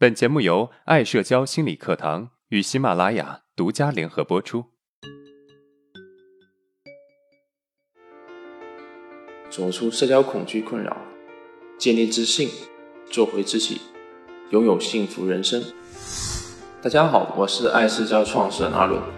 本节目由爱社交心理课堂与喜马拉雅独家联合播出。 走出社交恐惧困扰，建立自信，做回自己，拥有幸福人生。大家好，我是爱社交创始人阿伦。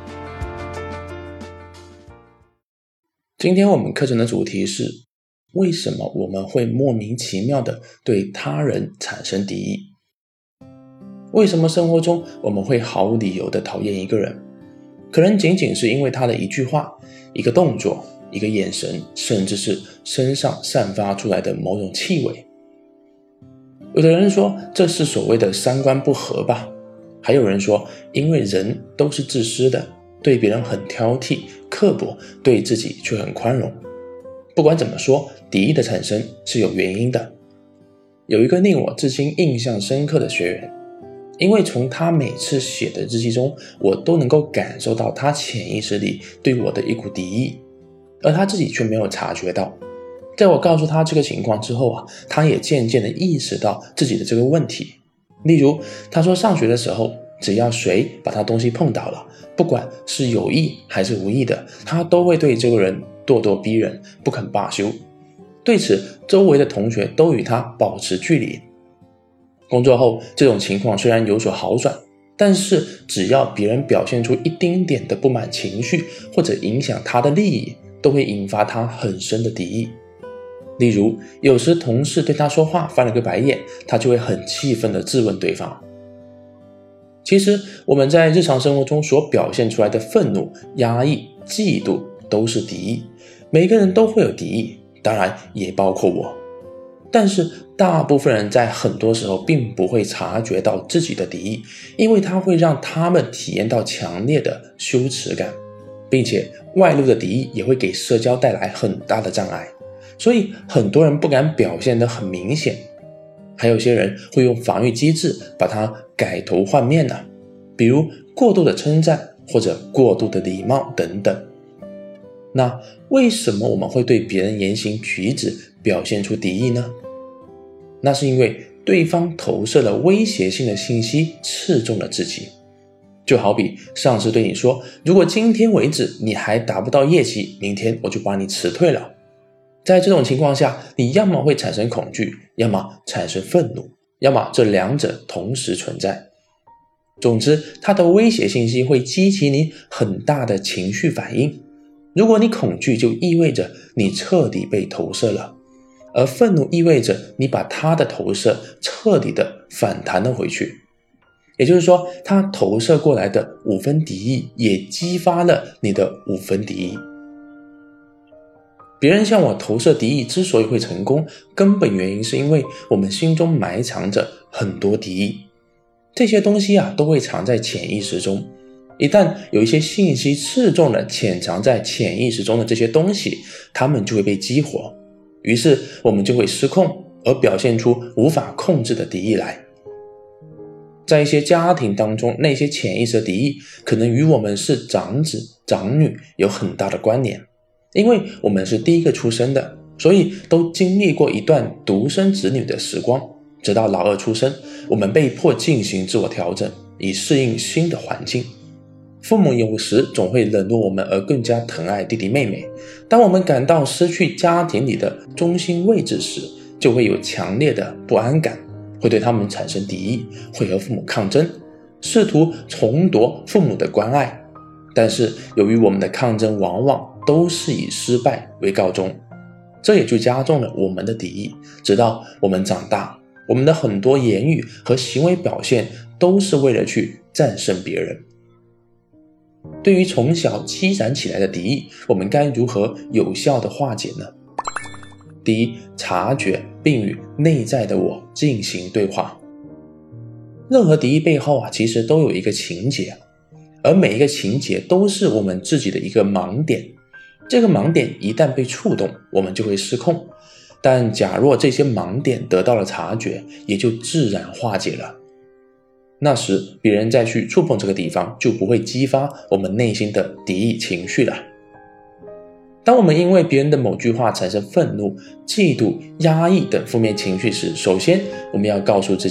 今天我们课程的主题是：为什么我们会莫名其妙地对他人产生敌意？为什么生活中我们会毫无理由地讨厌一个人？可能仅仅是因为他的一句话、一个动作、一个眼神，甚至是身上散发出来的某种气味。有的人说这是所谓的三观不合吧，还有人说因为人都是自私的，对别人很挑剔刻薄，对自己却很宽容。不管怎么说，敌意的产生是有原因的。有一个令我至今印象深刻的学员，因为从他每次写的日记中，我都能够感受到他潜意识里对我的一股敌意，而他自己却没有察觉到。在我告诉他这个情况之后他也渐渐地意识到自己的这个问题。例如他说上学的时候，只要谁把他东西碰倒了，不管是有意还是无意的，他都会对这个人咄咄逼人，不肯罢休。对此，周围的同学都与他保持距离。工作后，这种情况虽然有所好转，但是只要别人表现出一丁点的不满情绪，或者影响他的利益，都会引发他很深的敌意。例如，有时同事对他说话翻了个白眼，他就会很气愤地质问对方。其实我们在日常生活中所表现出来的愤怒、压抑、嫉妒都是敌意，每个人都会有敌意，当然也包括我。但是大部分人在很多时候并不会察觉到自己的敌意，因为它会让他们体验到强烈的羞耻感，并且外露的敌意也会给社交带来很大的障碍，所以很多人不敢表现得很明显。还有些人会用防御机制把它改头换面比如过度的称赞或者过度的礼貌等等。那为什么我们会对别人言行举止表现出敌意呢？那是因为对方投射了威胁性的信息，刺中了自己。就好比上司对你说，如果今天为止你还达不到业绩，明天我就把你辞退了。在这种情况下，你要么会产生恐惧，要么产生愤怒，要么这两者同时存在。总之，它的威胁信息会激起你很大的情绪反应。如果你恐惧，就意味着你彻底被投射了，而愤怒意味着你把他的投射彻底的反弹了回去。也就是说，他投射过来的5分敌意也激发了你的5分敌意。别人向我投射敌意之所以会成功，根本原因是因为我们心中埋藏着很多敌意。这些东西都会藏在潜意识中，一旦有一些信息刺中了潜藏在潜意识中的这些东西，它们就会被激活，于是我们就会失控，而表现出无法控制的敌意来。在一些家庭当中，那些潜意识的敌意可能与我们是长子长女有很大的关联，因为我们是第一个出生的，所以都经历过一段独生子女的时光，直到老二出生，我们被迫进行自我调整，以适应新的环境。父母有时总会冷落我们，而更加疼爱弟弟妹妹。当我们感到失去家庭里的中心位置时，就会有强烈的不安感，会对他们产生敌意，会和父母抗争，试图重夺父母的关爱。但是由于我们的抗争往往都是以失败为告终，这也就加重了我们的敌意。直到我们长大，我们的很多言语和行为表现都是为了去战胜别人。对于从小积攒起来的敌意，我们该如何有效地化解呢？第一，察觉并与内在的我进行对话。任何敌意背后其实都有一个情节，而每一个情节都是我们自己的一个盲点。这个盲点一旦被触动，我们就会失控。但假若这些盲点得到了察觉，也就自然化解了。那时别人再去触碰这个地方，就不会激发我们内心的敌意情绪了。当我们因为别人的某句话产生愤怒、嫉妒、压抑等负面情绪时，首先我们要告诉自己，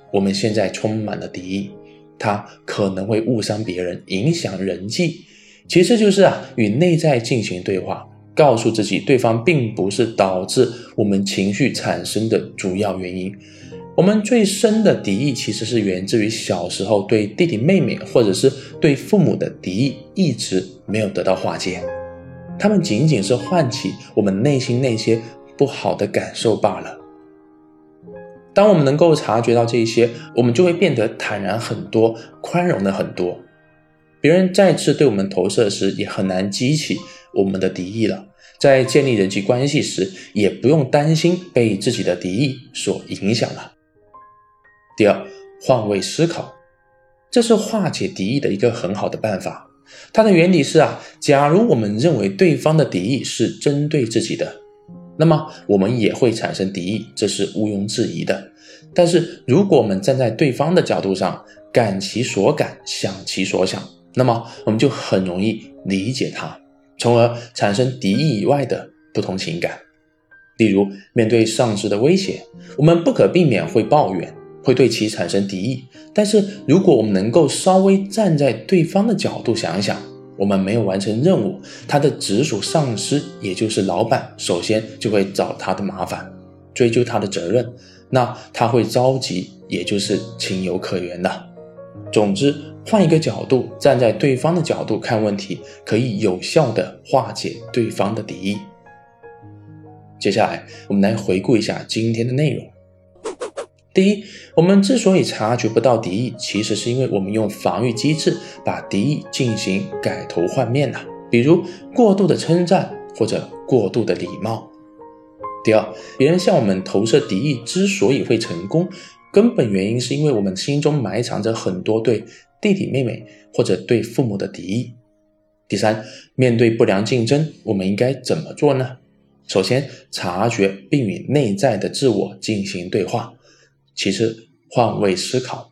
我们现在充满了敌意，它可能会误伤别人，影响人际。其次就是与内在进行对话，告诉自己对方并不是导致我们情绪产生的主要原因。我们最深的敌意其实是源自于小时候对弟弟妹妹或者是对父母的敌意一直没有得到化解，他们仅仅是唤起我们内心那些不好的感受罢了。当我们能够察觉到这些，我们就会变得坦然很多，宽容了很多。别人再次对我们投射时，也很难激起我们的敌意了。在建立人际关系时，也不用担心被自己的敌意所影响了。第二，换位思考，这是化解敌意的一个很好的办法。它的原理是假如我们认为对方的敌意是针对自己的，那么我们也会产生敌意，这是毋庸置疑的。但是如果我们站在对方的角度上，感其所感，想其所想，那么我们就很容易理解他，从而产生敌意以外的不同情感。例如面对上司的威胁，我们不可避免会抱怨，会对其产生敌意。但是如果我们能够稍微站在对方的角度想一想，我们没有完成任务，他的直属上司也就是老板首先就会找他的麻烦，追究他的责任，那他会着急，也就是情有可原的。总之，换一个角度，站在对方的角度看问题，可以有效地化解对方的敌意。接下来我们来回顾一下今天的内容。第一，我们之所以察觉不到敌意，其实是因为我们用防御机制把敌意进行改头换面了，比如过度的称赞或者过度的礼貌。第二，别人向我们投射敌意之所以会成功，根本原因是因为我们心中埋藏着很多对弟弟妹妹或者对父母的敌意。第三，面对不良竞争，我们应该怎么做呢？首先，察觉并与内在的自我进行对话。其次，换位思考。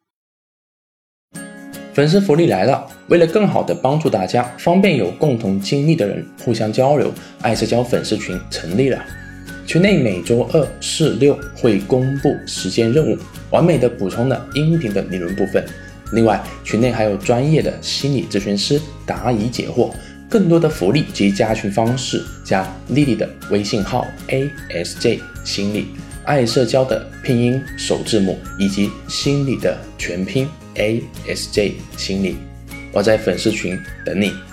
粉丝福利来了，为了更好的帮助大家，方便有共同经历的人互相交流，爱社交粉丝群成立了。群内每周2、4、6会公布实践任务，完美的补充了音频的理论部分。另外，群内还有专业的心理咨询师答疑解惑。更多的福利及加群方式，加丽丽的微信号 ASJ 心理，爱社交的拼音首字母以及心理的全拼 ASJ 心理。我在粉丝群等你。